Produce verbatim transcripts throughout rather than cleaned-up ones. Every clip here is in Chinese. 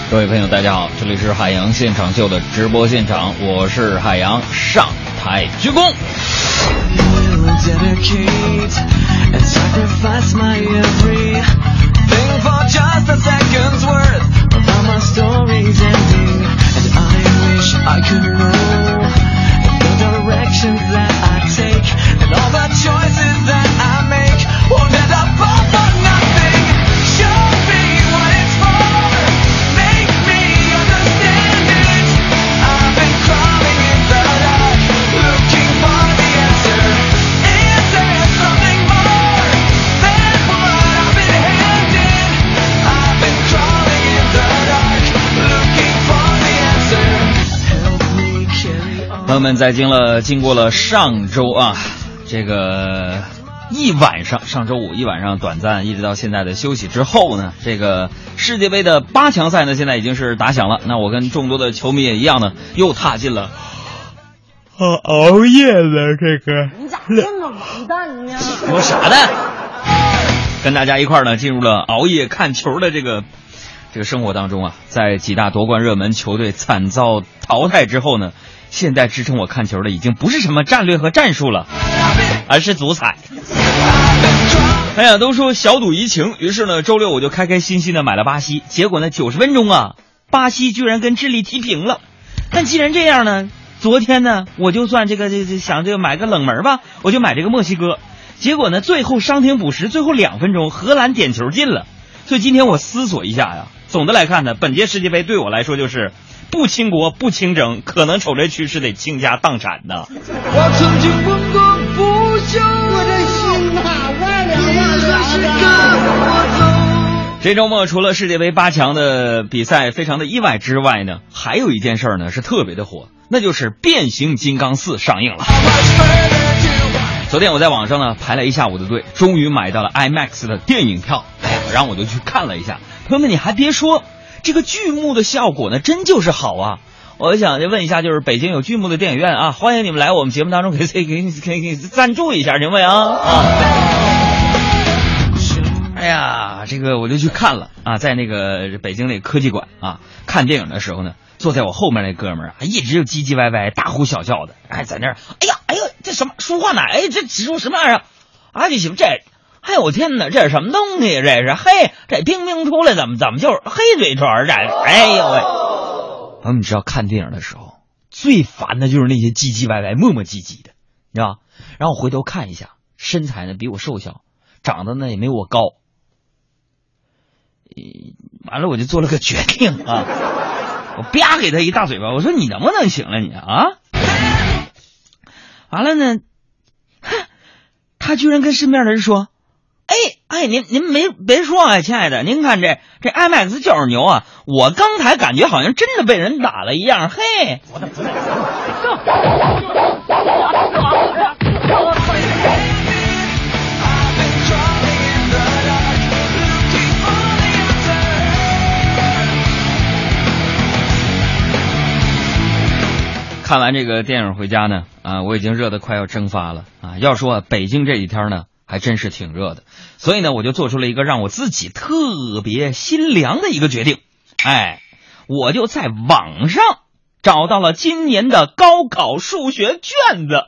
各位朋友大家好，这里是海洋现场秀的直播现场，我是海洋，上台鞠躬。朋友们，在经了经过了上周啊，这个一晚上，上周五一晚上短暂，一直到现在的休息之后呢，这个世界杯的八强赛呢，现在已经是打响了。那我跟众多的球迷也一样呢，又踏进了啊熬夜的这个。 你咋这么完蛋呢？ 说啥呢？跟大家一块儿呢，进入了熬夜看球的这个这个生活当中啊，在几大夺冠热门球队惨遭淘汰之后呢。现在支撑我看球的已经不是什么战略和战术了，而是足彩。哎呀，都说小赌怡情，于是呢，周六我就开开心心的买了巴西，结果呢，九十分钟啊，巴西居然跟智利踢平了。但既然这样呢，昨天呢，我就算这个这这想这个买个冷门吧，我就买这个墨西哥。结果呢，最后伤停补时，最后两分钟，荷兰点球进了。所以今天我思索一下呀，总的来看呢，本届世界杯对我来说就是。不倾国不倾城，可能瞅这趋势得倾家荡产的。 我曾经问过不休，我的心啊，万两万两。 这周末除了世界杯八强的比赛非常的意外之外呢，还有一件事呢是特别的火，那就是变形金刚四上映了。昨天我在网上呢排了一下午的队，终于买到了 IMAX 的电影票，哎呀，然后我就去看了一下。朋友们，你还别说。这个剧目的效果呢，真就是好啊！我想就问一下，就是北京有剧目的电影院啊，欢迎你们来我们节目当中给给给给给赞助一下，行不行啊？哎呀，这个我就去看了啊，在那个北京那个科技馆啊，看电影的时候呢，坐在我后面那哥们儿啊，一直就唧唧歪歪、大呼小叫的，哎，在那儿，哎呀，哎呦，这什么说话呢？哎，这说什么玩意儿啊？这什么这？哎呦我天哪，这是什么东西？这是嘿，这冰冰出来怎么怎么就是黑嘴唇这？哎呦喂！朋友们知道看电影的时候最烦的就是那些唧唧歪歪、磨磨唧唧的，你知道？然后我回头看一下，身材呢比我瘦小，长得呢也没我高。完了我就做了个决定啊，我啪给他一大嘴巴，我说你能不能行了你啊？完了呢，他居然跟身边的人说。哎哎，您您没别说啊，亲爱的，您看这这 IMAX 就是牛啊！我刚才感觉好像真的被人打了一样，嘿！我的不是，看完这个电影回家呢，啊，我已经热得快要蒸发了啊！要说啊，北京这几天呢。还真是挺热的，所以呢，我就做出了一个让我自己特别心凉的一个决定，哎，我就在网上找到了今年的高考数学卷子，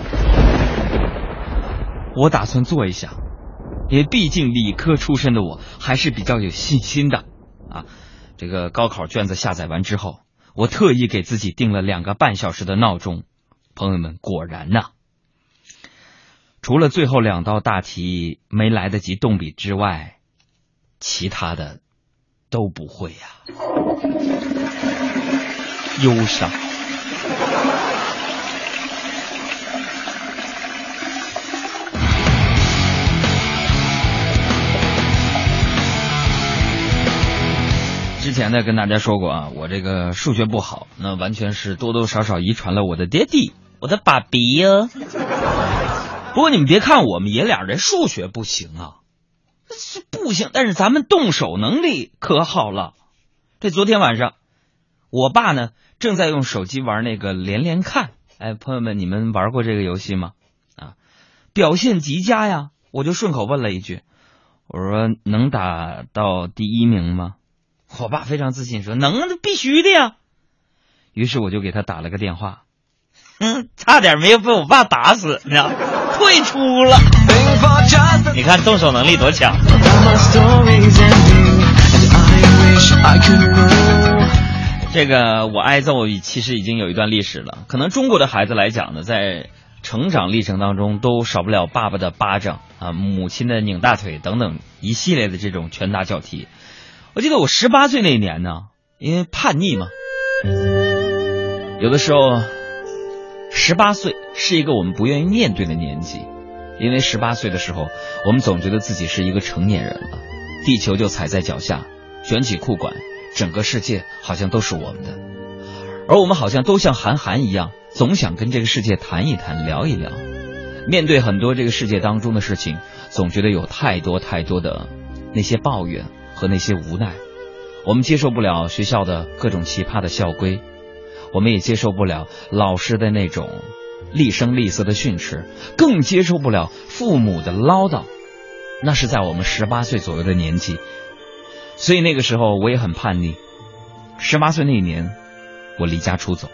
我打算做一下，因为毕竟理科出身的我还是比较有信心的啊。这个高考卷子下载完之后，我特意给自己定了两个半小时的闹钟，朋友们，果然呐。除了最后两道大题没来得及动笔之外，其他的都不会呀、啊，忧伤。之前呢跟大家说过啊，我这个数学不好，那完全是多多少少遗传了我的爹地，我的爸比呀。不过你们别看我们爷俩这数学不行啊，是不行，但是咱们动手能力可好了。这昨天晚上，我爸呢正在用手机玩那个连连看，哎，朋友们，你们玩过这个游戏吗？啊，表现极佳呀，我就顺口问了一句，我说能打到第一名吗？ 我爸非常自信说能，必须的呀。于是我就给他打了个电话，嗯，差点没有被我爸打死，你知道，退出了。你看动手能力多强。这个我挨揍其实已经有一段历史了，可能中国的孩子来讲呢，在成长历程当中都少不了爸爸的巴掌啊，母亲的拧大腿等等一系列的这种拳打脚踢。我记得我十八岁那一年呢，因为叛逆嘛，有的时候十八岁是一个我们不愿意面对的年纪，因为十八岁的时候我们总觉得自己是一个成年人了，地球就踩在脚下，卷起裤管，整个世界好像都是我们的，而我们好像都像韩寒一样，总想跟这个世界谈一谈，聊一聊。面对很多这个世界当中的事情，总觉得有太多太多的那些抱怨和那些无奈。我们接受不了学校的各种奇葩的校规，我们也接受不了老师的那种厉声厉色的训斥，更接受不了父母的唠叨。那是在我们十八岁左右的年纪，所以那个时候我也很叛逆。十八岁那一年，我离家出走。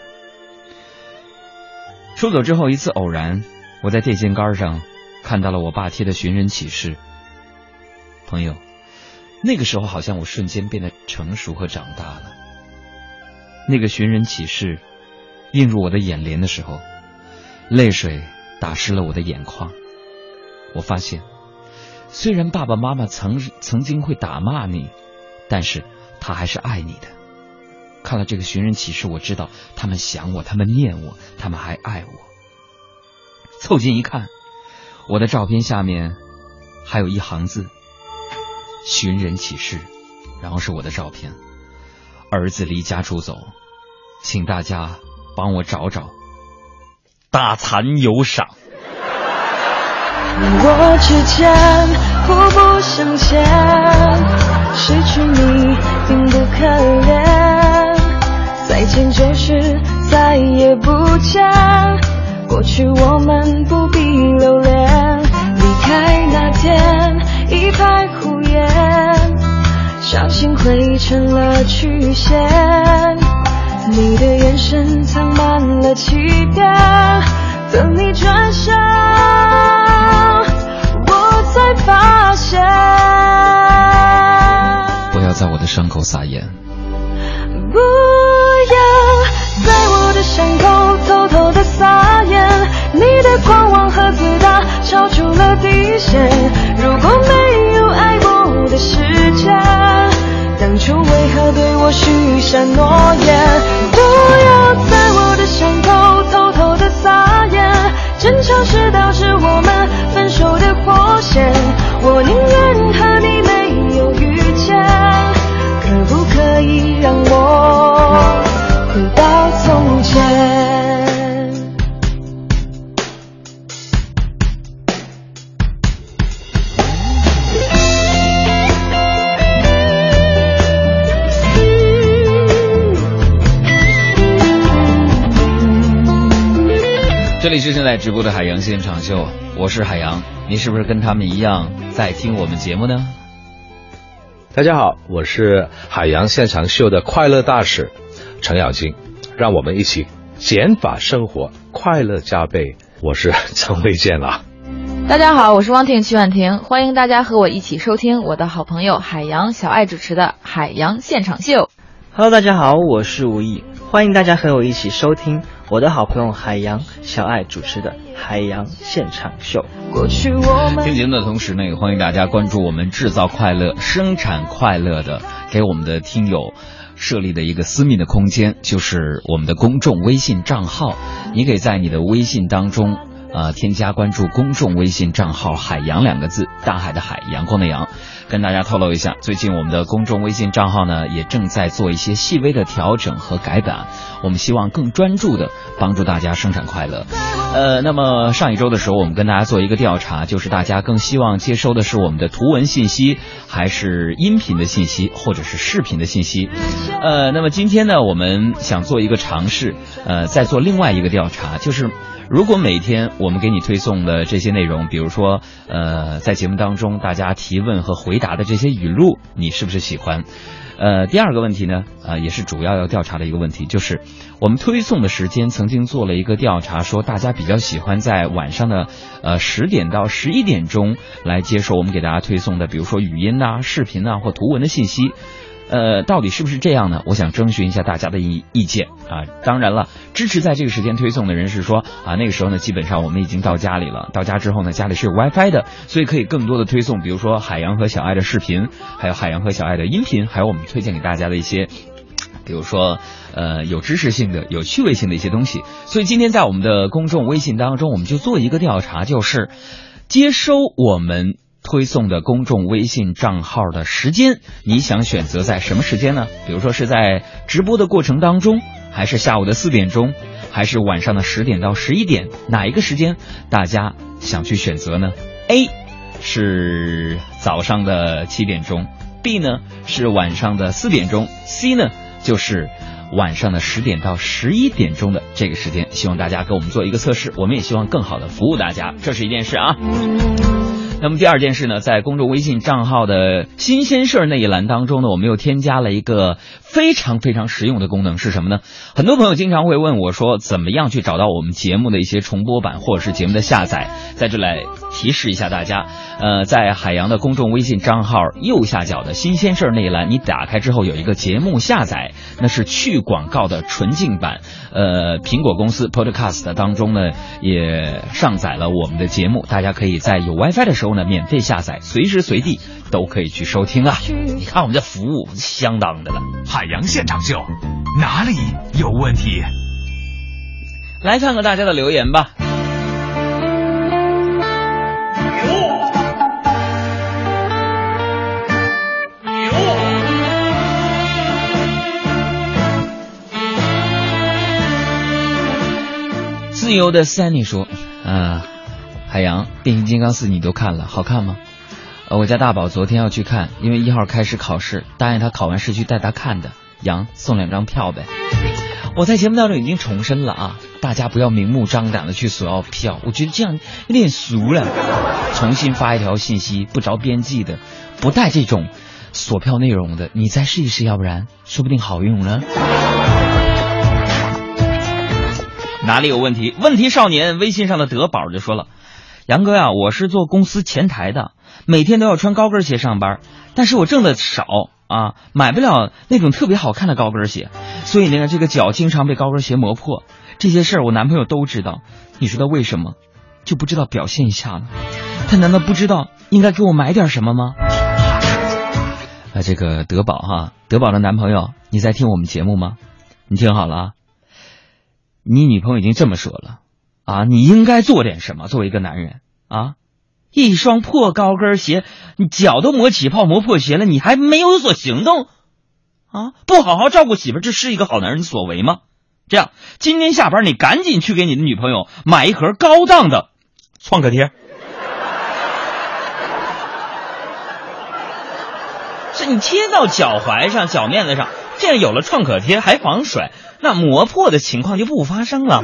出走之后，一次偶然，我在电线杆上看到了我爸贴的寻人启事。朋友，那个时候好像我瞬间变得成熟和长大了。那个寻人启事映入我的眼帘的时候，泪水打湿了我的眼眶。我发现，虽然爸爸妈妈曾曾经会打骂你，但是他还是爱你的。看了这个寻人启事，我知道他们想我，他们念我，他们还爱我。凑近一看，我的照片下面还有一行字：寻人启事，然后是我的照片。儿子离家出走，请大家帮我找找，大残有赏。 我之间互不相欠，失去你并不可怜，再见就是再也不见，过去我们不必留恋，离开那天一派胡言，小心汇成了曲线，你的眼神藏满了欺骗，等你转身我才发现， 不要在我的伤口撒盐， 不要在我的伤口偷偷的撒盐，你的狂妄和自大超出了底线，如果没有爱过的时间，当初为何对我许下诺言，不要在我的伤口偷偷的撒盐，争吵是导致我们分手的火线，我宁愿和你没有遇见，可不可以让我回到从前。 这里是正在直播的海洋现场秀，我是海洋，你是不是跟他们一样在听我们节目呢？ 大家好，我是海洋现场秀的快乐大使程咬金，让我们一起减法生活，快乐加倍。我是陈慧健了。 大家好，我是汪婷曲婉婷，欢迎大家和我一起收听我的好朋友海洋小爱主持的海洋现场秀。 Hello， 大家好，我是吴毅，欢迎大家和我一起收听我的好朋友海洋小爱主持的海洋现场秀。 听节目的同时呢，也欢迎大家关注我们制造快乐、生产快乐的给我们的听友设立的一个私密的空间，就是我们的公众微信账号。你可以在你的微信当中呃，添加关注公众微信账号海洋两个字，大海的海，阳光的阳。跟大家透露一下，最近我们的公众微信账号呢也正在做一些细微的调整和改版，我们希望更专注的帮助大家生产快乐。呃，那么上一周的时候我们跟大家做一个调查，就是大家更希望接收的是我们的图文信息还是音频的信息或者是视频的信息。呃，那么今天呢我们想做一个尝试，呃，再做另外一个调查，就是如果每天我们给你推送的这些内容，比如说呃，在节目当中大家提问和回答的这些语录，你是不是喜欢？呃，第二个问题呢，呃，也是主要要调查的一个问题，就是我们推送的时间曾经做了一个调查，说大家比较喜欢在晚上的呃十点到十一点钟来接受我们给大家推送的，比如说语音呐、视频呐或图文的信息。呃，到底是不是这样呢？我想征询一下大家的意意见啊。当然了，支持在这个时间推送的人是说啊，那个时候呢，基本上我们已经到家里了。到家之后呢，家里是有 WiFi 的，所以可以更多的推送，比如说海洋和小爱的视频，还有海洋和小爱的音频，还有我们推荐给大家的一些，比如说呃有知识性的、有趣味性的一些东西。所以今天在我们的公众微信当中，我们就做一个调查，就是接收我们推送的公众微信账号的时间，你想选择在什么时间呢？比如说是在直播的过程当中，还是下午的四点钟，还是晚上的十点到十一点？哪一个时间大家想去选择呢？ A 是早上的七点钟， B 呢是晚上的四点钟， C 呢就是晚上的十点到十一点钟的这个时间。希望大家给我们做一个测试，我们也希望更好的服务大家，这是一件事啊。那么第二件事呢，在公众微信账号的新鲜事儿那一栏当中呢，我们又添加了一个非常非常实用的功能，是什么呢？很多朋友经常会问我说，怎么样去找到我们节目的一些重播版或者是节目的下载？在这来提示一下大家，呃，在海洋的公众微信账号右下角的新鲜事儿那一栏，你打开之后有一个节目下载，那是去广告的纯净版。呃，苹果公司 Podcast 当中呢也上载了我们的节目，大家可以在有 WiFi 的时候呢免费下载，随时随地都可以去收听啊。你看我们这服务相当的了。 海洋现场秀，哪里有问题？ 来看看大家的留言吧。自由的 Sunny 说，啊，海洋变形金刚四你都看了，好看吗？呃，我家大宝昨天要去看，因为一号开始考试，答应他考完试去带他看的，杨送两张票呗。我在节目当中已经重申了啊，大家不要明目张胆的去索要票，我觉得这样有点俗了。重新发一条信息，不着边际的，不带这种索票内容的，你再试一试，要不然说不定好用呢。哪里有问题？问题少年微信上的德宝就说了，杨哥呀，我是做公司前台的，每天都要穿高跟鞋上班，但是我挣的少啊，买不了那种特别好看的高跟鞋，所以呢，这个脚经常被高跟鞋磨破。这些事儿我男朋友都知道，你知道为什么就不知道表现一下呢？他难道不知道应该给我买点什么吗？啊，这个德宝哈，德宝的男朋友，你在听我们节目吗？你听好了啊，你女朋友已经这么说了啊，你应该做点什么，作为一个男人啊。一双破高跟鞋，你脚都磨起泡磨破鞋了，你还没有所行动啊？不好好照顾媳妇，这是一个好男人所为吗？这样，今天下班你赶紧去给你的女朋友买一盒高档的创可贴。是你贴到脚踝上、脚面子上，这样有了创可贴还防甩，那磨破的情况就不发生了。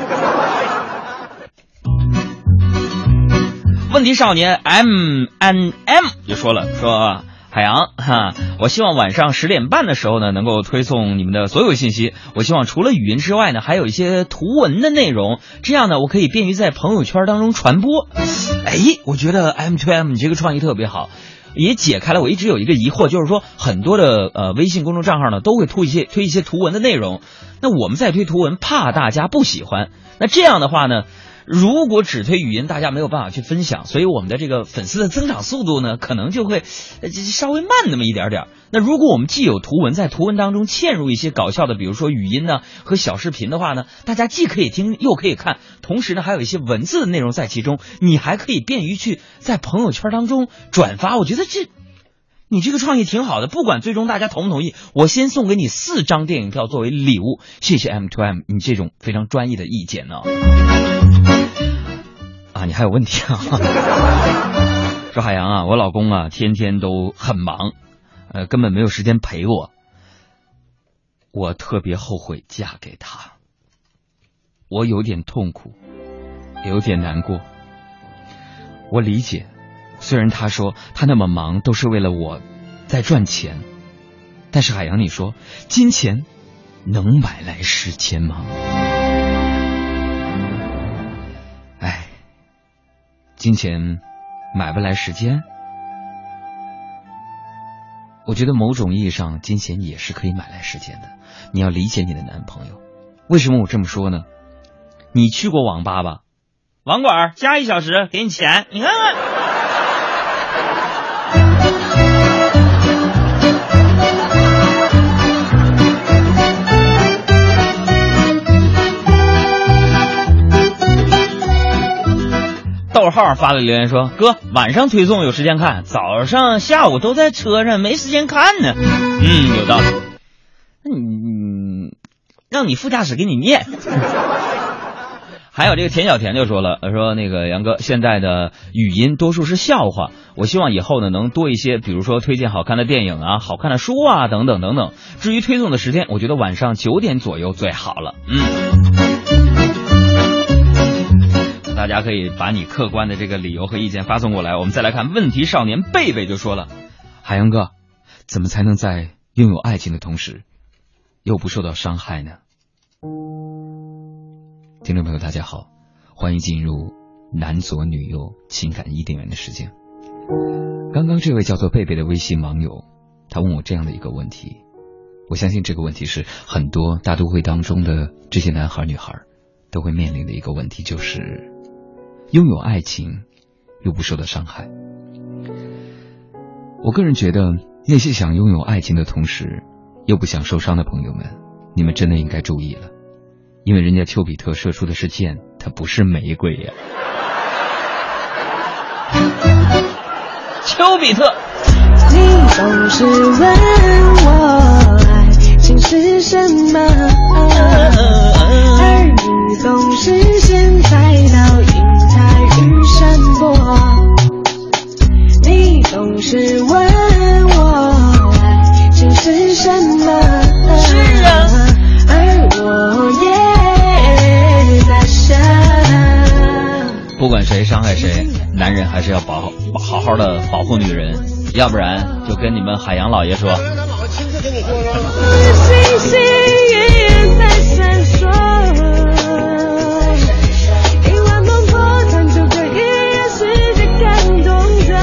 问题少年 M N M 就说了，说海洋哈，我希望晚上十点半的时候呢，能够推送你们的所有信息。我希望除了语音之外呢，还有一些图文的内容，这样呢，我可以便于在朋友圈当中传播。哎，我觉得 M to M 你这个创意特别好，也解开了我一直有一个疑惑，就是说很多的呃微信公众账号呢都会推一些推一些图文的内容，那我们再推图文，怕大家不喜欢。那这样的话呢，如果只推语音，大家没有办法去分享，所以我们的这个粉丝的增长速度呢，可能就会呃稍微慢那么一点点。那如果我们既有图文，在图文当中嵌入一些搞笑的，比如说语音呢和小视频的话呢，大家既可以听又可以看，同时呢还有一些文字的内容在其中，你还可以便于去在朋友圈当中转发。我觉得这你这个创意挺好的，不管最终大家同不同意，我先送给你四张电影票作为礼物。谢谢 M to M 你这种非常专业的意见呢。啊，你还有问题啊？说海洋啊，我老公啊天天都很忙，呃，根本没有时间陪我。我特别后悔嫁给他，我有点痛苦， 有点难过。我理解，虽然他说他那么忙都是为了我在赚钱，但是海洋，你说金钱能买来时间吗？哎，金钱买不来时间？我觉得某种意义上，金钱也是可以买来时间的。你要理解你的男朋友。为什么我这么说呢？你去过网吧吧？网管加一小时给你钱，你看看。逗号发了留言说：哥，晚上推送有时间看，早上下午都在车上没时间看呢。嗯，有道理。那你让你副驾驶给你念。还有这个田小田就说了，说那个杨哥，现在的语音多数是笑话，我希望以后呢能多一些，比如说推荐好看的电影啊、好看的书啊等等等等。至于推送的时间，我觉得晚上九点左右最好了。嗯，大家可以把你客观的这个理由和意见发送过来。我们再来看问题少年贝贝就说了，海洋哥，怎么才能在拥有爱情的同时又不受到伤害呢？听众朋友大家好，欢迎进入男左女右情感伊甸园的时间。刚刚这位叫做贝贝的微信网友，他问我这样的一个问题，我相信这个问题是很多大都会当中的这些男孩女孩都会面临的一个问题，就是拥有爱情又不受到伤害。我个人觉得，那些想拥有爱情的同时又不想受伤的朋友们，你们真的应该注意了，因为人家丘比特射出的是箭，它不是玫瑰呀。丘比特， 你总是问我爱情是什么，而你总是先猜到云彩与山坡。你总是问我爱情是什么， 是啊， 而我也在想。 不管谁伤害谁，男人还是要保好好的保护女人，要不然就跟你们海洋老爷说。 星星也在闪烁，一万梦破探就可以让世界感动的，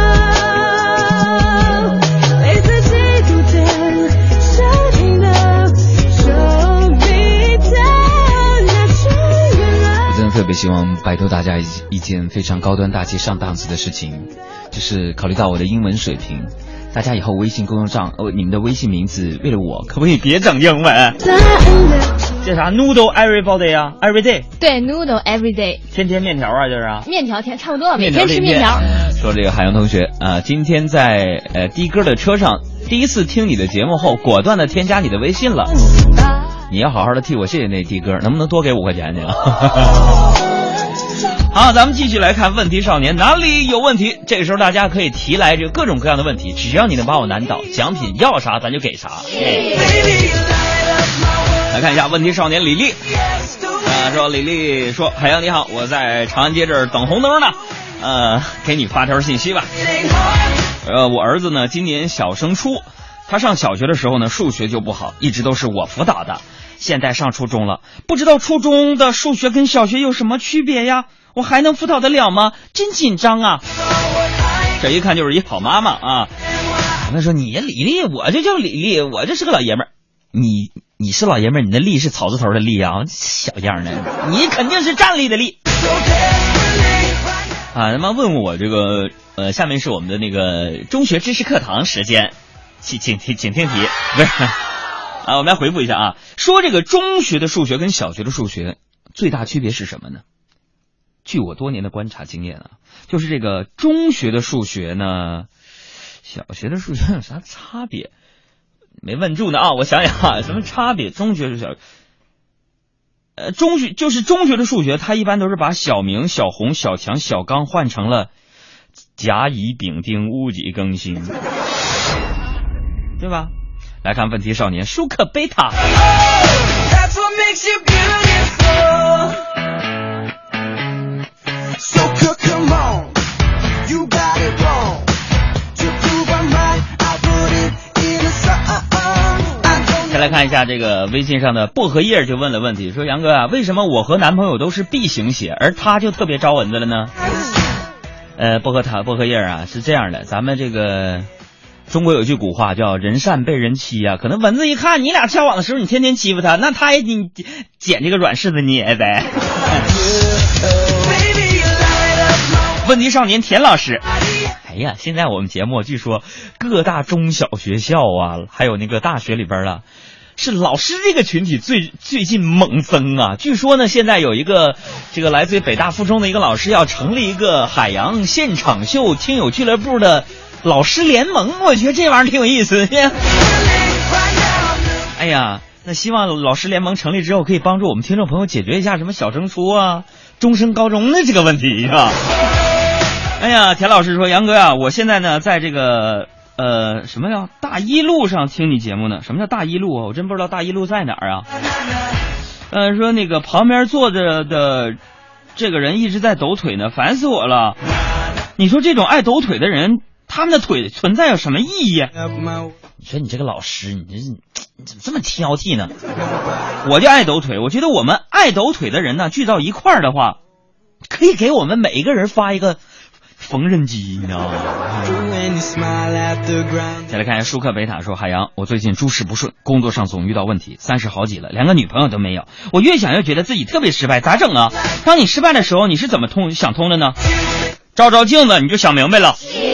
类似基督间设定的手臂的那群人。 我真的特别希望拜托大家一一件非常高端大气上档次的事情，就是考虑到我的英文水平，大家以后微信公众账，呃，你们的微信名字为了我，可不可以别整英文？这啥 noodle everybody 啊 ，every day？ 对 ，noodle every day， 天天面条啊，就是啊。 面条天差不多，每面条天吃面条。 说这个海洋同学啊、呃，今天在呃的哥的车上第一次听你的节目后，果断的添加你的微信了。你要好好的替我谢谢那的哥，能不能多给五块钱去啊？好，咱们继续来看问题少年哪里有问题。这个时候大家可以提来这个各种各样的问题，只要你能把我难倒，奖品要啥咱就给啥。来看一下问题少年李丽啊，说李丽说海洋你好，我在长安街这儿等红灯呢，呃，给你发条信息吧。呃，我儿子呢今年小升初，他上小学的时候呢数学就不好，一直都是我辅导的。现在上初中了，不知道初中的数学跟小学有什么区别呀？我还能辅导得了吗？真紧张啊！这一看就是一好妈妈啊！我跟你说，你李丽，我这叫李丽，我这是个老爷们儿。你你是老爷们儿，你的力是草字头的力啊，小样的，你肯定是站立的立。啊，他妈问我这个呃，下面是我们的那个中学知识课堂时间，请请听请听题，不是啊，我们来回复一下啊，说这个中学的数学跟小学的数学最大区别是什么呢？据我多年的观察经验啊，就是这个中学的数学呢，小学的数学有啥差别？没问住呢啊，我想想啊，什么差别？中学是小，呃，中学就是中学的数学，它一般都是把小明、小红、小强、小刚换成了甲乙丙丁戊己庚辛，对吧？来看问题少年舒克贝塔。 come on, you got it wrong. To prove I'm right, I put it in a song. 再来看一下这个微信上的薄荷叶就问了问题，说杨哥啊，为什么我和男朋友都是 B 型血，而他就特别招蚊子了呢？呃，薄荷塔薄荷叶啊，是这样的，咱们这个中国有句古话叫人善被人欺啊，可能蚊子一看你俩交往的时候你天天欺负他，那他也你捡这个软柿子捏呗。问题少年田老师，哎呀，现在我们节目据说各大中小学校啊，还有那个大学里边啊，是老师这个群体最最近猛增啊！据说呢，现在有一个这个来自于北大附中的一个老师要成立一个海洋现场秀听友俱乐部的老师联盟，我觉得这玩意儿挺有意思。哎呀，那希望老师联盟成立之后，可以帮助我们听众朋友解决一下什么小升初啊、中升高中的这个问题啊。哎呀，田老师说，杨哥呀、啊，我现在呢在这个呃什么呀大一路上听你节目呢？什么叫大一路啊？我真不知道大一路在哪儿啊。呃，说那个旁边坐着的这个人一直在抖腿呢，烦死我了。你说这种爱抖腿的人，他们的腿存在有什么意义？你说你这个老师，你这你怎么这么挑剔呢？我就爱抖腿，我觉得我们爱抖腿的人呢聚到一块儿的话，可以给我们每一个人发一个缝纫机，你知道吗？再来看一下舒克贝塔说，海洋，我最近诸事不顺，工作上总遇到问题，三十好几了，连个女朋友都没有，我越想越觉得自己特别失败，咋整啊？当你失败的时候，你是怎么通想通的呢？照照镜子你就想明白了。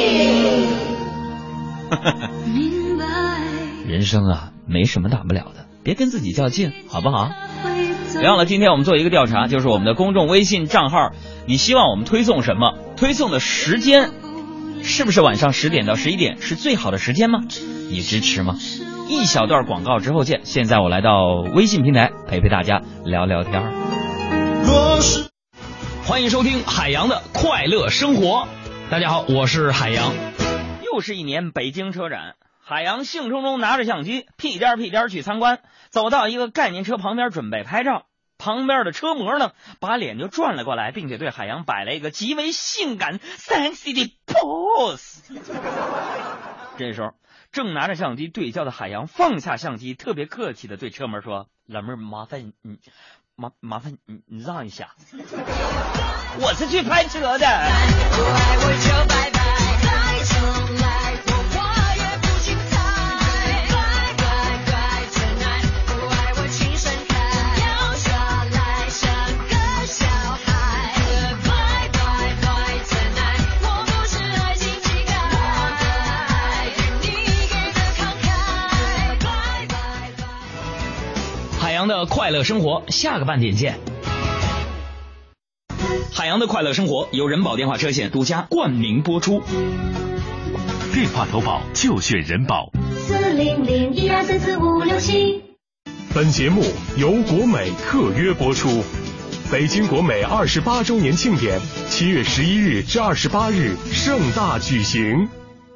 人生啊，没什么大不了的，别跟自己较劲，好不好？别忘了，今天我们做一个调查，就是我们的公众微信账号，你希望我们推送什么？推送的时间是不是晚上十点到十一点是最好的时间吗？你支持吗？一小段广告之后见。现在我来到微信平台陪陪大家聊聊天。 欢迎收听海洋的快乐生活。大家好，我是海洋。 又是一年北京车展，海洋兴冲冲拿着相机屁颠屁颠去参观，走到一个概念车旁边准备拍照，旁边的车模呢把脸就转了过来，并且对海洋摆了一个极为性感 sexy 的 pose。 这时候正拿着相机对焦的海洋放下相机，特别客气的对车模说，老妹儿麻烦你麻麻烦你你让一下，我是去拍车的。不爱我就拜拜，再重来我话也不精彩，拜拜拜 tonight， 不爱我请闪开，掉下来像个小孩，拜拜拜 tonight， 我不是爱情乞丐，我的爱你给的慷慨，拜拜拜。 海洋的快乐生活，下个半点见。海洋的快乐生活由人保电话车险独家冠名播出， 电话投保就选人保。 四零零一二三四五六七。 本节目由国美特约播出。北京国美二十八周年庆典，七月十一日至二十八日盛大举行。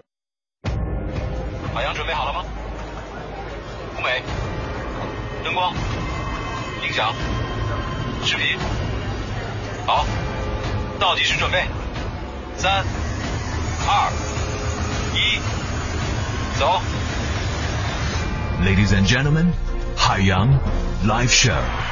海洋准备好了吗？国美，灯光、音响、视频，好。倒计时准备，三、二、一，走。 Ladies and gentlemen， 海洋 Live Show。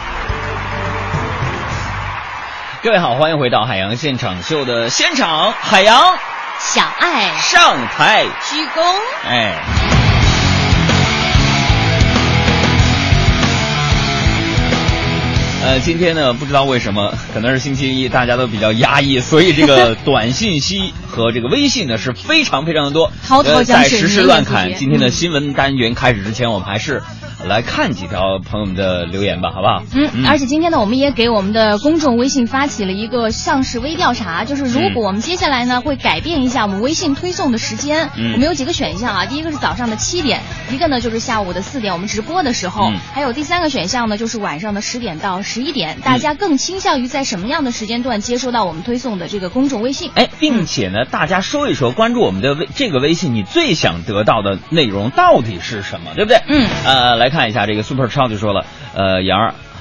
各位好，欢迎回到海洋现场秀的现场，海洋小爱上台鞠躬。 哎。呃，今天呢，不知道为什么，可能是星期一，大家都比较压抑，所以这个短信息和这个微信呢是非常非常的多， 滔滔江水， 在实时乱侃。今天的新闻单元开始之前，我们还是来看几条朋友们的留言吧，好不好？ 嗯，嗯而且今天呢，我们也给我们的公众微信发起了一个像是微调查，就是如果我们接下来呢会改变一下我们微信推送的时间，嗯、我们有几个选项啊，第一个是早上的七点，一个呢就是下午的四点，我们直播的时候，嗯、还有第三个选项呢就是晚上的十点到十一点，大家更倾向于在什么样的时间段接收到我们推送的这个公众微信？ 哎，并且呢，大家说一说，关注我们的微这个微信，你最想得到的内容到底是什么，对不对？嗯，呃，来看一下这个 Super 超就说了，呃，杨儿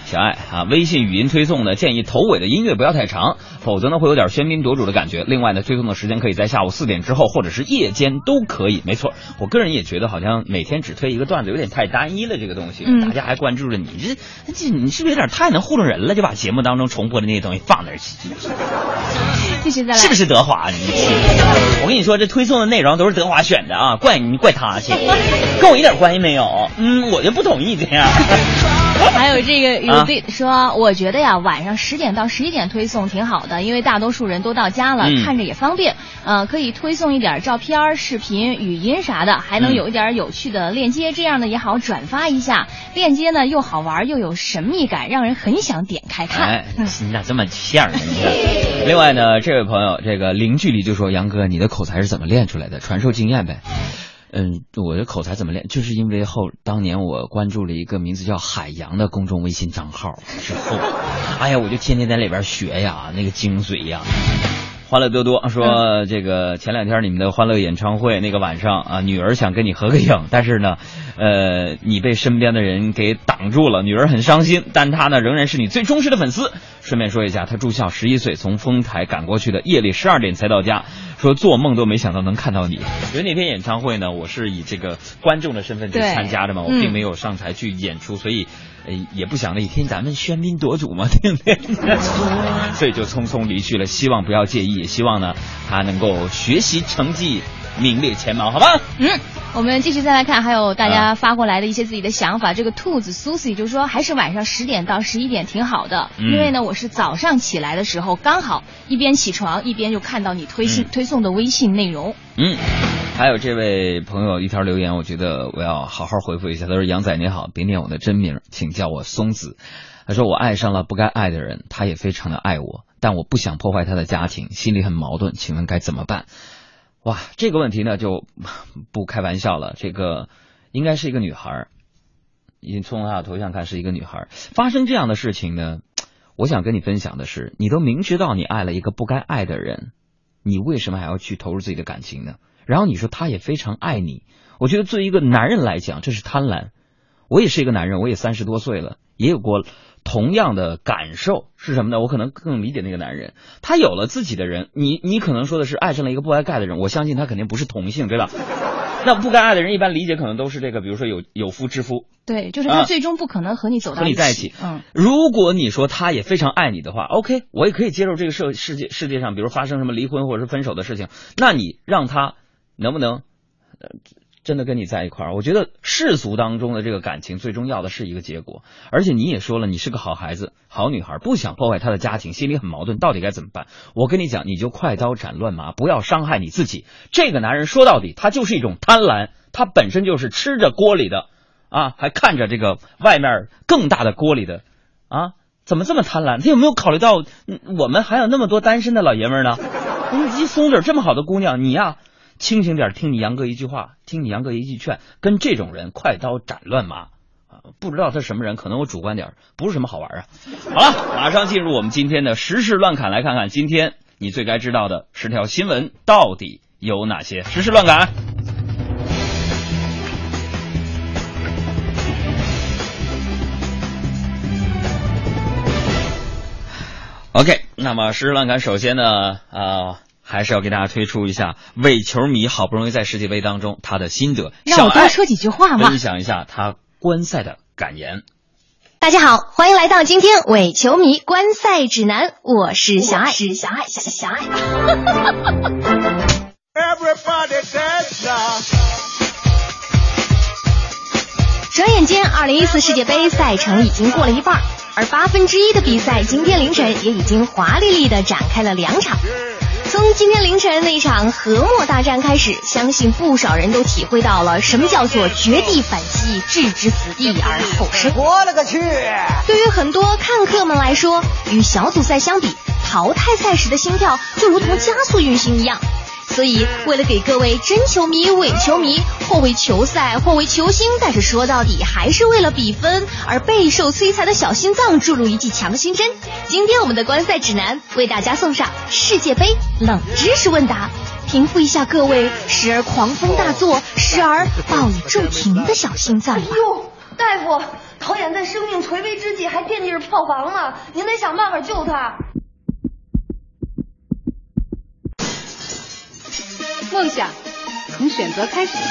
小爱啊，微信语音推送呢，建议头尾的音乐不要太长，否则呢会有点喧宾夺主的感觉。另外呢，推送的时间可以在下午四点之后，或者是夜间都可以。没错，我个人也觉得好像每天只推一个段子有点太单一了，这个东西，嗯、大家还关注着你，这这你是不是有点太能糊弄人了？就把节目当中重播的那些东西放那儿去， 继续再来， 是不是德华？你我跟你说，这推送的内容都是德华选的啊，怪你怪他去，跟我一点关系没有。嗯，我就不同意这样。 还有这个有对说、啊，我觉得呀，晚上十点到十一点推送挺好的，因为大多数人都到家了，嗯、看着也方便。呃，可以推送一点照片、视频、语音啥的，还能有一点有趣的链接，这样呢也好转发一下。链接呢又好玩又有神秘感，让人很想点开看。 哎，你咋这么欠呢？另外呢，这位朋友，这个零距离就说：“杨哥，你的口才是怎么练出来的？传授经验呗。”嗯，我的口才怎么练，就是因为后当年我关注了一个名字叫海洋的公众微信账号之后，哎呀，我就天天在里边学呀，那个精髓呀。欢乐多多说，这个前两天你们的欢乐演唱会那个晚上啊，女儿想跟你合个影，但是呢，呃，你被身边的人给挡住了，女儿很伤心，但她呢仍然是你最忠实的粉丝。顺便说一下，她住校十一岁，从丰台赶过去的，夜里十二点才到家，说做梦都没想到能看到你。因为那天演唱会呢，我是以这个观众的身份去参加的嘛，我并没有上台去演出，所以。呃，也不想那一天咱们喧宾夺主嘛，对不对？所以就匆匆离去了。希望不要介意，也希望呢他能够学习成绩名列前茅，好吧？ 嗯，我们继续再来看，还有大家发过来的一些自己的想法。啊、这个兔子 Susie 就说，还是晚上十点到十一点挺好的，嗯、因为呢，我是早上起来的时候刚好一边起床一边就看到你推信、嗯、推送的微信内容。 嗯。还有这位朋友一条留言，我觉得我要好好回复一下。他说：“杨仔你好，别念我的真名，请叫我松子。”他说：“我爱上了不该爱的人，他也非常的爱我，但我不想破坏他的家庭，心里很矛盾，请问该怎么办？”哇，这个问题呢就不开玩笑了，这个应该是一个女孩，你从她的头像看是一个女孩。发生这样的事情呢，我想跟你分享的是，你都明知道你爱了一个不该爱的人，你为什么还要去投入自己的感情呢？然后你说他也非常爱你，我觉得作为一个男人来讲，这是贪婪。我也是一个男人，我也三十多岁了，也有过同样的感受。是什么呢？我可能更理解那个男人，他有了自己的人，你你可能说的是爱上了一个不该爱的人，我相信他肯定不是同性，对吧？那不该爱的人一般理解可能都是这个，比如说有有夫之夫。 对，就是他最终不可能和你走到一起、啊、和你在一起。嗯，如果你说他也非常爱你的话 ，OK， 我也可以接受这个社世界世界上，比如发生什么离婚或者是分手的事情，那你让他能不能呃真的跟你在一块儿？我觉得世俗当中的这个感情最重要的是一个结果，而且你也说了，你是个好孩子、好女孩，不想破坏她的家庭，心里很矛盾，到底该怎么办？我跟你讲，你就快刀斩乱麻，不要伤害你自己。这个男人说到底，他就是一种贪婪，他本身就是吃着锅里的啊，还看着这个外面更大的锅里的啊，怎么这么贪婪？他有没有考虑到、嗯、我们还有那么多单身的老爷们呢？一松子这么好的姑娘，你呀清醒点，听你杨哥一句话，听你杨哥一句劝，跟这种人快刀斩乱麻啊！不知道他什么人，可能我主观点，不是什么好玩啊。好了，马上进入我们今天的时事乱侃，来看看今天你最该知道的十条新闻到底有哪些。时事乱侃。OK， 那么时事乱侃，首先呢，啊、呃，还是要给大家推出一下伪球迷好不容易在世界杯当中他的心得， 让我多说几句话嘛， 分享一下他观赛的感言。 大家好，欢迎来到今天伪球迷观赛指南，我是小爱，是小爱，小小爱。转眼间，二零一四世界杯赛程已经过了一半。而八分之一的比赛今天凌晨也已经华丽丽的展开了两场。从今天凌晨那场和默大战开始，相信不少人都体会到了什么叫做绝地反击，置之死地而后生。 我勒个去！ 对于很多看客们来说，与小组赛相比，淘汰赛时的心跳就如同加速运行一样。所以为了给各位真球迷、伪球迷，或为球赛，或为球星，但是说到底还是为了比分而备受摧残的小心脏注入一剂强心针。今天我们的观赛指南为大家送上世界杯冷知识问答，平复一下各位时而狂风大作，时而暴雨骤停的小心脏吧。 大夫，导演在生命垂危之际还惦记着票房呢，您得想办法救他。 梦想从选择开始，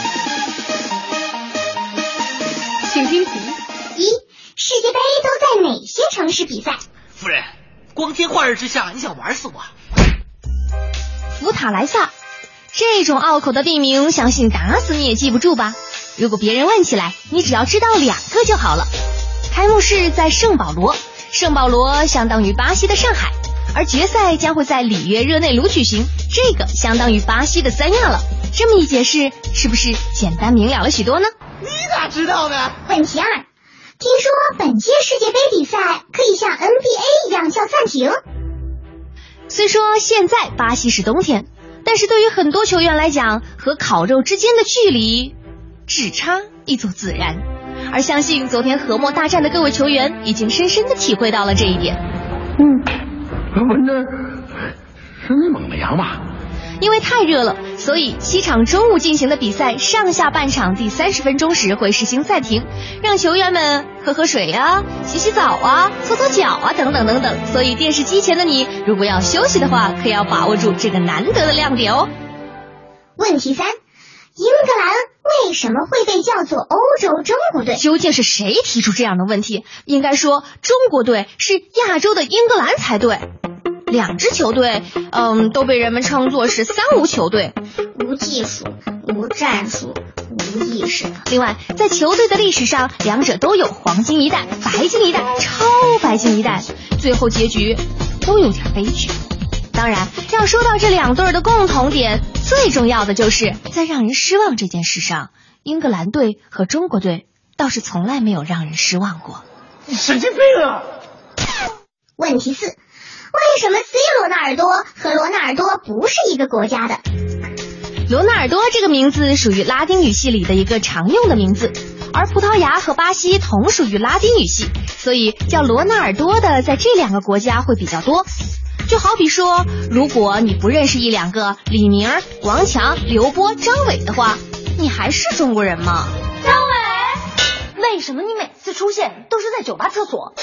请听题： 一、世界杯都在哪些城市比赛？ 夫人，光天化日之下，你想玩死我？ 福塔莱萨，这种拗口的地名，相信打死你也记不住吧？如果别人问起来，你只要知道两个就好了。开幕式在圣保罗，圣保罗相当于巴西的上海，而决赛将会在里约热内卢举行，这个相当于巴西的三亚了。这么一解释，是不是简单明了了许多呢？ 你咋知道的？ 问题二，听说本届世界杯比赛可以像 N B A 一样叫暂停。 虽说现在巴西是冬天，但是对于很多球员来讲，和烤肉之间的距离只差一组孜然。而相信昨天和睦大战的各位球员已经深深地体会到了这一点。 嗯，我这是内蒙的羊吧？ 因为太热了，所以七场中午进行的比赛上下半场第三十分钟时会实行暂停，让球员们喝喝水啊、洗洗澡啊、搓搓脚啊等等等等。所以电视机前的你，如果要休息的话，可要把握住这个难得的亮点哦。 问题三，英格兰为什么会被叫做欧洲中国队？ 究竟是谁提出这样的问题？应该说中国队是亚洲的英格兰才对。两支球队，嗯，都被人们称作是三无球队， 无技术、无战术、无意识。 另外，在球队的历史上，两者都有黄金一代、白金一代、超白金一代，最后结局都有点悲剧。当然，要说到这两队的共同点，最重要的就是在让人失望这件事上，英格兰队和中国队倒是从来没有让人失望过。 你神经病啊！ 问题四，为什么 C 罗纳尔多和罗纳尔多不是一个国家的？ 罗纳尔多这个名字属于拉丁语系里的一个常用的名字，而葡萄牙和巴西同属于拉丁语系，所以叫罗纳尔多的在这两个国家会比较多。就好比说，如果你不认识一两个李明、王强、刘波、张伟的话，你还是中国人吗？ 张伟，为什么你每次出现都是在酒吧厕所？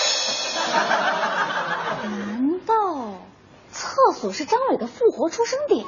难道厕所是张伟的复活出生点？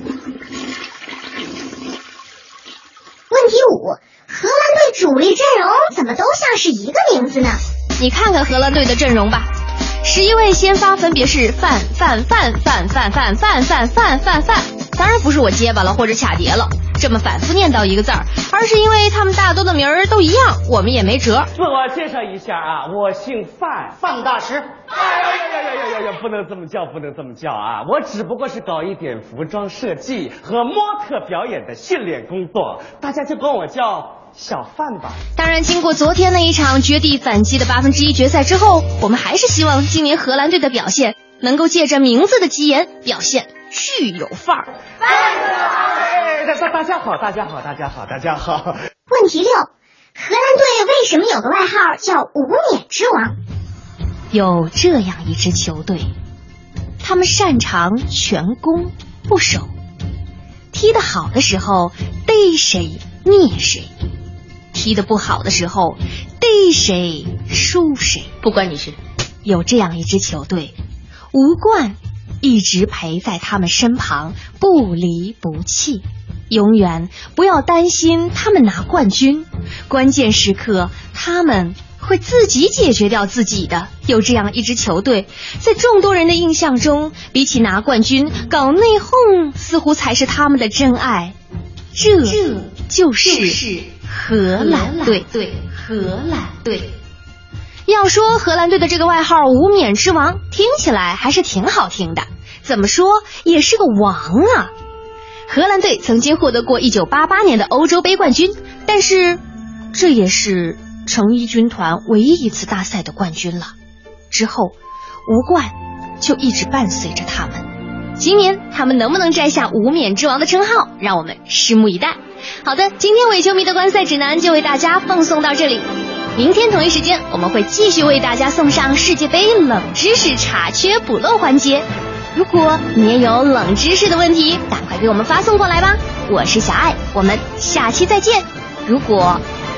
问题五，荷兰队主力阵容怎么都像是一个名字呢？ 你看看荷兰队的阵容吧，十一位先发分别是范范范范范范范范范范范，当然不是我结巴了或者卡碟了，这么反复念叨一个字儿，而是因为他们大多的名儿都一样，我们也没辙。 自我介绍一下啊，我姓范，范大师。哎呀呀呀呀呀呀！不能这么叫，不能这么叫啊！我只不过是搞一点服装设计和模特表演的训练工作，大家就管我叫小范吧。 当然，经过昨天那一场绝地反击的八分之一决赛之后，我们还是希望今年荷兰队的表现能够借着名字的吉言，表现具有范儿。 哎，大大大家好，大家好，大家好，大家好。 问题六，荷兰队为什么有个外号叫无冕之王？ 有这样一支球队，他们擅长全攻不守，踢得好的时候逮谁灭谁，踢得不好的时候逮谁输谁。不关你事。有这样一支球队，吴冠一直陪在他们身旁，不离不弃，永远不要担心他们拿冠军，关键时刻他们会自己解决掉自己的。有这样一支球队，在众多人的印象中，比起拿冠军，搞内讧似乎才是他们的真爱。这就是荷兰队。荷兰队。要说荷兰队的这个外号无冕之王，听起来还是挺好听的，怎么说也是个王啊。荷兰队曾经获得过一九八八年的欧洲杯冠军，但是这也是成衣军团唯一一次大赛的冠军了。之后吴冠就一直伴随着他们，今年他们能不能摘下无冕之王的称号，让我们拭目以待。好的，今天伪球迷的观赛指南就为大家放送到这里，明天同一时间我们会继续为大家送上世界杯冷知识查缺补漏环节。如果你也有冷知识的问题，赶快给我们发送过来吧。我是小爱，我们下期再见。如果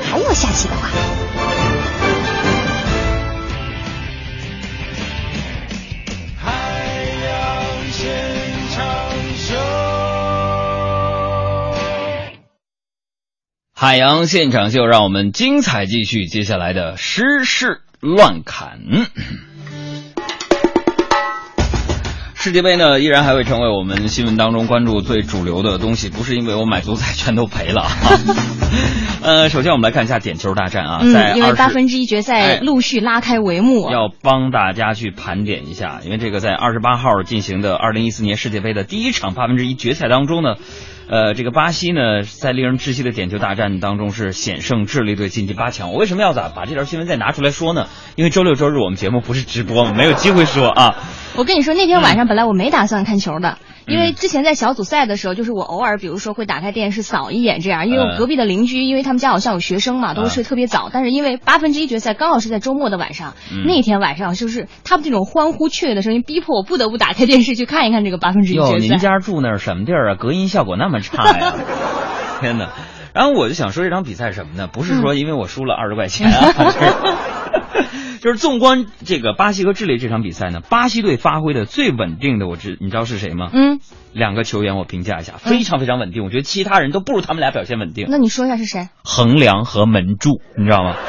还有下期的话。 海洋现场秀，让我们精彩继续。接下来的时事乱侃。世界杯呢，依然还会成为我们新闻当中关注最主流的东西，不是因为我买足彩全都赔了啊。呃，首先我们来看一下点球大战啊， 嗯、 在因为八分之一决赛陆续拉开帷幕、 哎，要帮大家去盘点一下，因为这个在二十八号进行的二零一四年世界杯的第一场八分之一决赛当中呢。呃，这个巴西呢，在令人窒息的点球大战当中是险胜智利队晋级八强。我为什么要把把这条新闻再拿出来说呢？因为周六周日我们节目不是直播，没有机会说啊。 我跟你说，那天晚上本来我没打算看球的，因为之前在小组赛的时候，就是我偶尔比如说会打开电视扫一眼这样，因为我隔壁的邻居，因为他们家好像有学生嘛，都睡特别早。但是因为八分之一决赛刚好是在周末的晚上，嗯、那天晚上就是他们这种欢呼雀跃的声音，逼迫我不得不打开电视去看一看这个八分之一决赛。哟， 您家住那儿什么地儿啊？隔音效果那么差呀！天哪！然后我就想说这场比赛什么呢？不是说因为我输了二十块钱啊。嗯就是纵观这个巴西和智利这场比赛呢，巴西队发挥的最稳定的，我知你知道是谁吗？ 嗯， 两个球员我评价一下，非常非常稳定，我觉得其他人都不如他们俩表现稳定。 那你说一下是谁？ 横梁和门柱，你知道吗？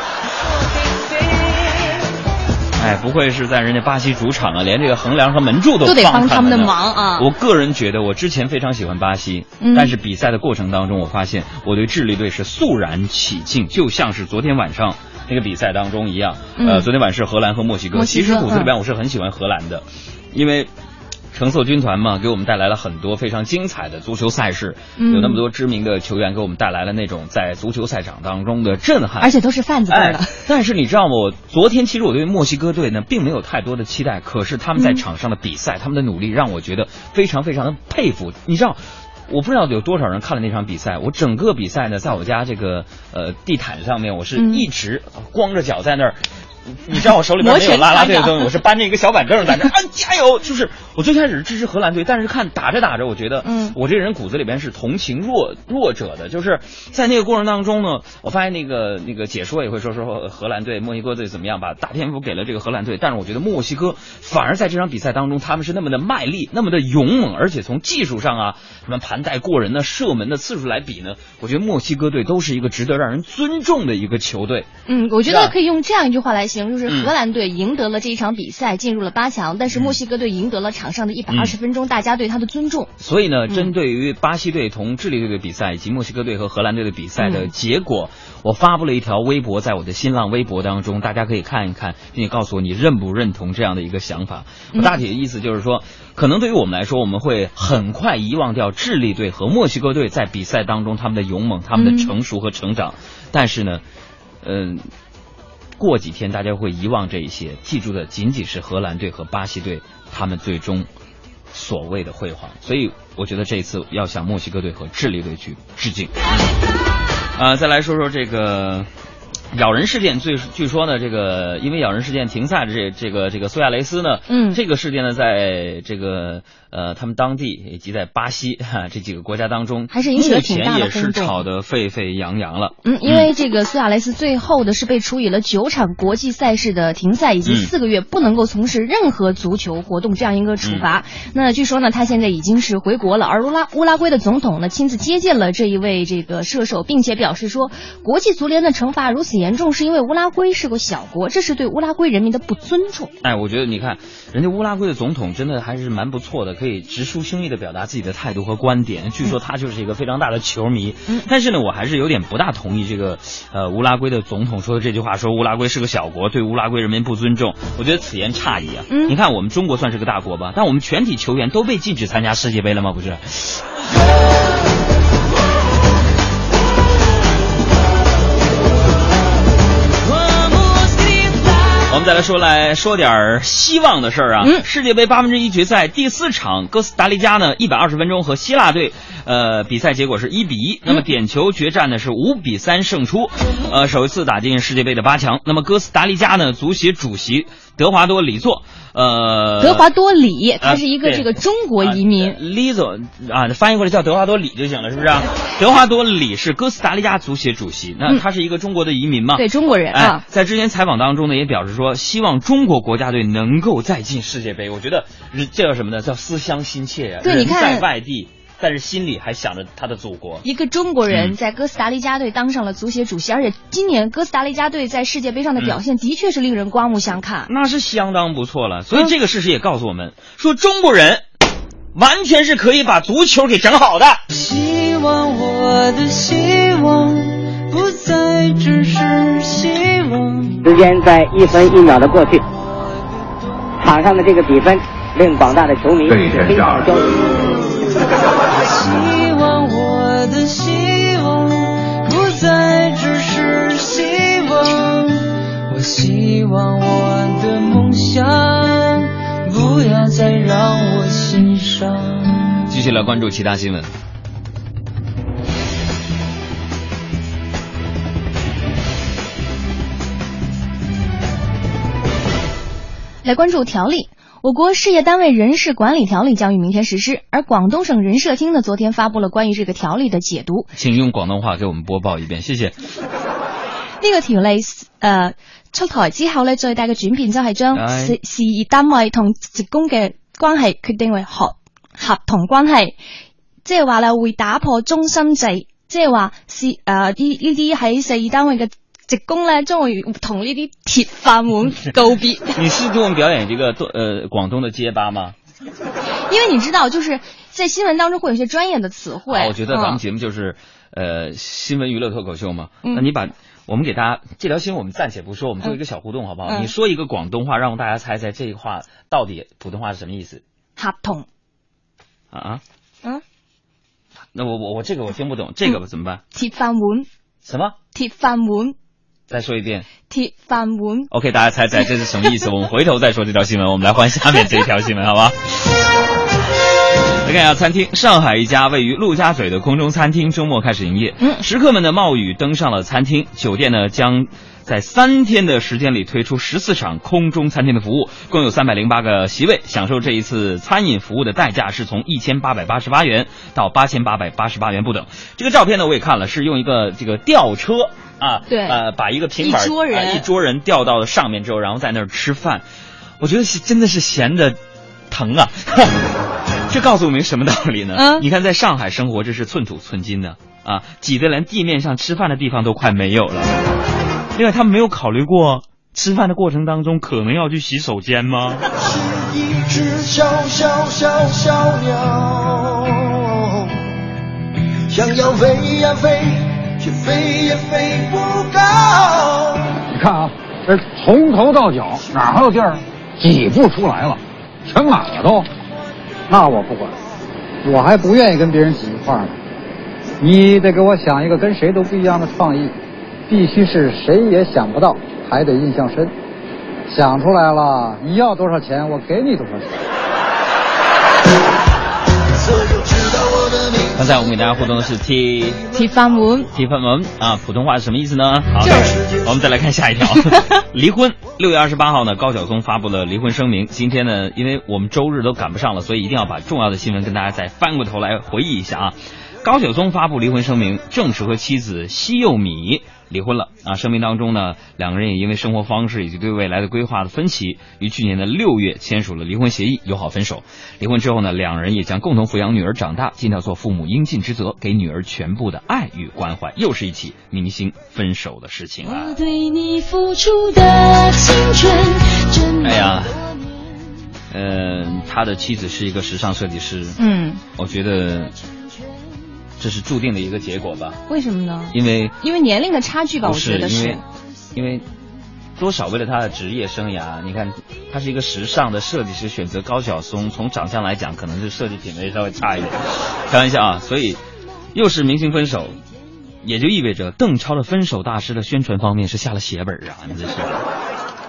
哎，不愧是在人家巴西主场啊，连这个横梁和门柱都都得帮他们的忙啊！ 我个人觉得，我之前非常喜欢巴西，嗯、但是比赛的过程当中，我发现我对智利队是肃然起敬，就像是昨天晚上那个比赛当中一样。嗯、呃，昨天晚是荷兰和墨西哥， 墨西哥其实骨子里边我是很喜欢荷兰的，嗯、因为橙色军团嘛，给我们带来了很多非常精彩的足球赛事，嗯、有那么多知名的球员给我们带来了那种在足球赛场当中的震撼， 而且都是贩子辈的、 哎。但是你知道吗？我昨天其实我对墨西哥队呢并没有太多的期待，可是他们在场上的比赛，嗯、他们的努力让我觉得非常非常的佩服。你知道，我不知道有多少人看了那场比赛，我整个比赛呢，在我家这个呃地毯上面，我是一直光着脚在那儿。你知道我手里边没有拉拉队的东西，我是搬着一个小板凳在这，啊，加油！就是我最开始是支持荷兰队，但是看打着打着，我觉得，嗯，我这人骨子里边是同情弱弱者的，就是在那个过程当中呢，我发现那个那个解说也会说说荷兰队、墨西哥队怎么样，把大篇幅给了这个荷兰队，但是我觉得墨西哥反而在这场比赛当中，他们是那么的卖力，那么的勇猛，而且从技术上啊，什么盘带过人的、射门的次数来比呢，我觉得墨西哥队都是一个值得让人尊重的一个球队。 嗯，我觉得可以用这样一句话来形容，就是荷兰队赢得了这一场比赛，进入了八强，但是墨西哥队赢得了场上的一百二十分钟，嗯、大家对他的尊重。 所以呢，针对于巴西队同智利队的比赛以及墨西哥队和荷兰队的比赛的结果，嗯、我发布了一条微博在我的新浪微博当中，大家可以看一看，并且告诉我你认不认同这样的一个想法。我大体的意思就是说，可能对于我们来说，我们会很快遗忘掉智利队和墨西哥队在比赛当中他们的勇猛、他们的成熟和成长，嗯、但是呢，嗯、呃。过几天大家会遗忘这一些，记住的仅仅是荷兰队和巴西队他们最终所谓的辉煌。所以我觉得这一次要向墨西哥队和智利队去致敬。啊、呃，再来说说这个咬人事件，最据说呢，这个因为咬人事件停赛的这这个这个苏亚雷斯呢，嗯，这个事件呢，在这个呃他们当地以及在巴西哈、啊、这几个国家当中， 还是引起了挺大的目前也是吵得沸沸扬扬了。 嗯，因为这个苏亚雷斯最后的是被处以了九场国际赛事的停赛，以及四个月不能够从事任何足球活动这样一个处罚。嗯、那据说呢，他现在已经是回国了，而乌拉乌拉圭的总统呢亲自接见了这一位这个射手，并且表示说，国际足联的惩罚如此严重，是因为乌拉圭是个小国，这是对乌拉圭人民的不尊重。 哎，我觉得你看，人家乌拉圭的总统真的还是蛮不错的，可以直抒胸臆的表达自己的态度和观点。据说他就是一个非常大的球迷，嗯、但是呢，我还是有点不大同意这个呃乌拉圭的总统说的这句话，说乌拉圭是个小国，对乌拉圭人民不尊重。我觉得此言差矣啊。嗯、你看我们中国算是个大国吧，但我们全体球员都被禁止参加世界杯了吗？不是。我们再来说来说点希望的事儿啊。嗯，世界杯八分之一决赛第四场，哥斯达黎加呢一百二十分钟和希腊队，呃，比赛结果是一比一。那么点球决战呢是五比三胜出，呃，首次打进世界杯的八强。那么哥斯达黎加呢，足协主席德华多里佐，呃， 德华多里，他是一个这个中国移民。 里佐啊，翻译过来叫德华多里就行了，是不是啊？德华多里是哥斯达黎加足协主席，那他是一个中国的移民嘛？ 对，中国人啊。 哎，在之前采访当中呢，也表示说，希望中国国家队能够再进世界杯。我觉得这叫什么呢？叫思乡心切呀、啊。 对，你看， 在外地，但是心里还想着他的祖国。 一个中国人在哥斯达黎加队当上了足协主席，嗯、而且今年哥斯达黎加队在世界杯上的表现的确是令人刮目相看， 嗯、那是相当不错了。所以这个事实也告诉我们，嗯、说中国人完全是可以把足球给整好的。 希望我的希望不再只是希望。 时间在一分一秒的过去，场上的这个比分令广大的球迷非常焦虑。 希望我的希望不再只是希望，我希望我的梦想不要再让我心伤。 继续来关注其他新闻。 来关注条例。我国事业单位人事管理条例将于明天实施，而广东省人社厅呢昨天发布了关于这个条例的解读。 请用广东话给我们播报一遍，谢謝。 呢個條例誒、呃、出台之後咧，最大嘅轉變就係將事事業單位同職工嘅關係決定為合合同關係，即係話咧會打破終身制，即係話是誒呢呢啲喺事業單位嘅職工咧將會同呢啲鐵飯碗告別。 你是給我們表演這個呃廣東的結巴嗎？ 因為你知道，就是在新聞當中會有一些專業的詞彙。 我覺得咱們節目就是、嗯、呃新聞娛樂脫口秀嘛。 嗯、 那你把我們給大家這條新聞我們暫且不說，我們做一個小互動好不好？嗯、你說一個廣東話，讓大家猜猜這句話到底普通話是什麼意思？ 合同。 啊？ 嗯。 那我我我這個我聽不懂，這個怎麼辦？ 鐵飯碗。 什麼？ 鐵飯碗。 再說一遍。 鐵飯碗。 OK， 大家猜猜這是什麼意思？我們回頭再說這條新聞。我們來換下面這條新聞，好吧？來看一下餐廳，上海一家位於陸家嘴的空中餐廳周末開始營業。嗯，食客們的冒雨登上了餐廳，酒店呢將在三天的時間裡推出十四場空中餐廳的服務，共有三百零八個席位。享受這一次餐飲服務的代價是從一千八百八十八元到八千八百八十八元不等。這個照片呢我也看了，是用一個這個吊車啊， 對， 呃，把一個平板一桌人、 啊、一桌人吊到了上面之後，然後在那兒吃飯。我覺得是真的是閒的疼啊。這告訴我們什麼道理呢？嗯，你看在上海生活，這是寸土寸金的啊，擠得連地面上吃飯的地方都快沒有了。另外，他們沒有考慮過吃飯的過程當中可能要去洗手間嗎？ 是一隻小小小小鳥，想要飛呀飛，卻飛也飛不高。 你看啊，這從頭到腳哪還有地兒？擠不出來了，全滿了都。 那我不管，我還不願意跟別人擠一塊兒呢。你得給我想一個跟誰都不一樣的創意，必須是誰也想不到，還得印象深。想出來了，你要多少錢，我給你多少錢。 剛才我們給大家互動的是鐵鐵飯碗， 鐵飯碗啊，普通話是什麼意思呢？好的，我們再來看下一條。離婚，六月二十八號呢，高曉松發布了離婚聲明。今天呢，因為我們周日都趕不上了，所以一定要把重要的新聞跟大家再翻過頭來回憶一下啊。高曉松發布離婚聲明，證實和妻子奚幼米離婚了啊。聲明當中呢，兩個人也因為生活方式以及對未來的規劃的分歧，於去年的六月簽署了離婚協議，友好分手。離婚之後呢，兩人也將共同撫養女兒長大，盡到做父母應盡之責，給女兒全部的愛與關懷。又是一起明星分手的事情啊！ 我對你付出的青春， 哎呀，嗯、呃，他的妻子是一個時尚設計師， 嗯， 我覺得這是注定的一個結果吧？ 為什麼呢？ 因為因為年齡的差距吧，我覺得是。 因為因為多少為了他的職業生涯，你看他是一個時尚的設計師，選擇高曉松，從長相來講，可能是設計品味稍微差一點。開玩笑啊，所以又是明星分手，也就意味着鄧超的分手大師的宣傳方面是下了血本啊！你這是。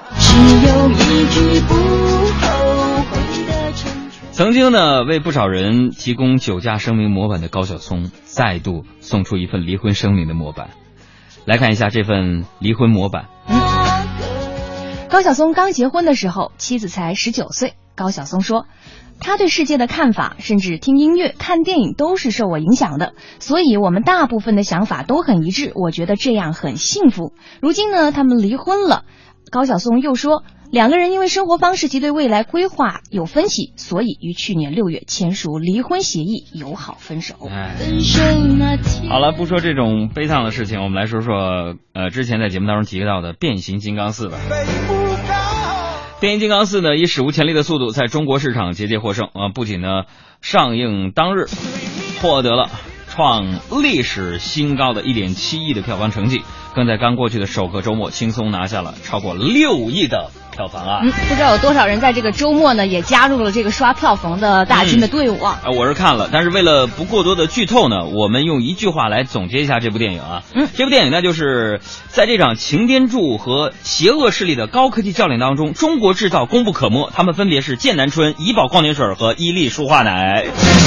只有一句不后悔的成全。 曾经呢，为不少人提供酒驾声明模板的高晓松，再度送出一份离婚声明的模板。来看一下这份离婚模板。 嗯，高晓松刚结婚的时候，妻子才十九岁。高晓松说，他对世界的看法，甚至听音乐、看电影都是受我影响的，所以我们大部分的想法都很一致，我觉得这样很幸福。如今呢，他们离婚了。高晓松又说，两个人因为生活方式及对未来规划有分歧，所以于去年六月签署离婚协议，友好分手。 哎，好了，不说这种悲惨的事情，我们来说说呃之前在节目当中提到的变形金刚四吧。变形金刚四呢，以史无前例的速度在中国市场节节获胜啊！不仅呢上映当日获得了创历史新高的 一点七亿的票房成绩，更在刚过去的首个周末轻松拿下了超过六亿的票房啊！ 嗯，不知道有多少人在这个周末呢也加入了这个刷票房的大军的队伍啊！ 嗯、我是看了，但是为了不过多的剧透呢，我们用一句话来总结一下这部电影啊。嗯，这部电影呢就是在这场擎天柱和邪恶势力的高科技较量当中，中国制造功不可没，他们分别是剑南春、怡宝矿泉水和伊利舒化奶。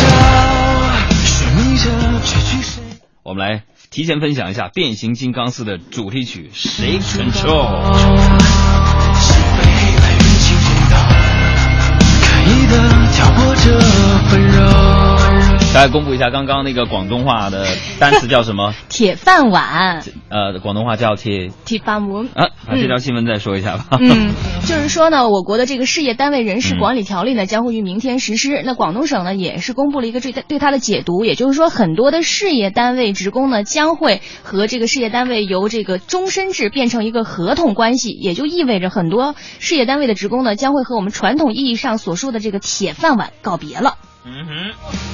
我们来提前分享一下变形金刚四的主题曲 Shake Control。大家公布一下刚刚那个广东话的单词叫什么？ 铁饭碗。 呃，广东话叫铁铁饭碗。 啊，把这条新闻再说一下吧。 嗯，就是说呢，我国的这个事业单位人事管理条例呢，将会于明天实施。那广东省呢，也是公布了一个对对它的解读，也就是说，很多的事业单位职工呢，将会和这个事业单位由这个终身制变成一个合同关系，也就意味着很多事业单位的职工呢，将会和我们传统意义上所说的这个铁饭碗告别了。 嗯哼。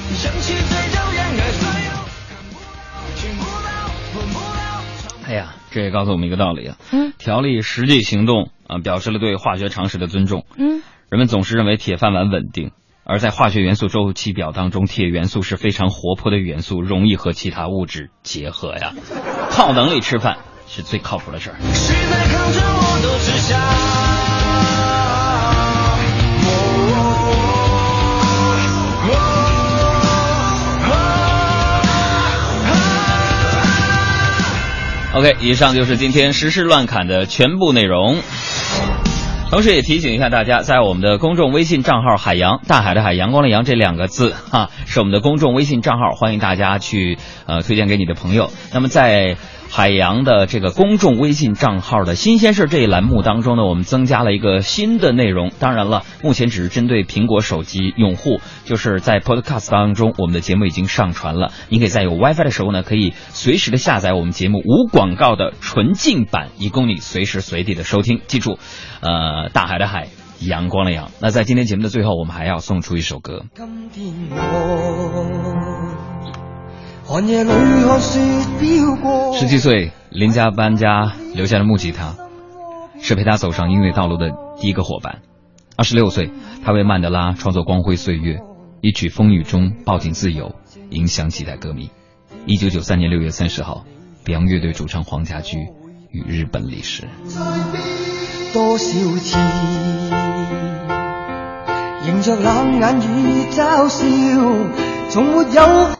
哎呀，这也告诉我们一个道理啊。嗯，条例实际行动啊，表示了对化学常识的尊重。嗯，人们总是认为铁饭碗稳定，而在化学元素周期表当中，铁元素是非常活泼的元素，容易和其他物质结合呀。靠能力吃饭是最靠谱的事儿。谁在看着我都吃下。OK， 以上就是今天时事乱侃的全部内容。同时也提醒一下大家，在我们的公众微信账号海洋，大海的海，阳光的阳这两个字哈，是我们的公众微信账号，欢迎大家去呃推荐给你的朋友。那么在海洋的这个公众微信账号的新鲜事这一栏目当中呢，我们增加了一个新的内容。当然了，目前只是针对苹果手机用户，就是在 Podcast 当中我们的节目已经上传了，你可以在有 WiFi 的时候呢，可以随时的下载我们节目无广告的纯净版，以供你随时随地的收听。记住，呃，大海的海，阳光的阳。那在今天节目的最后，我们还要送出一首歌。十七岁，林家搬家留下了木吉他，是陪他走上音乐道路的第一个伙伴。二十六岁，他为曼德拉创作《光辉岁月》，一曲《风雨中抱紧自由》影响几代歌迷。一九九三年六月三十号，北洋乐队主唱黄家驹与日本离世。 多少次迎着冷眼與嘲笑，從沒有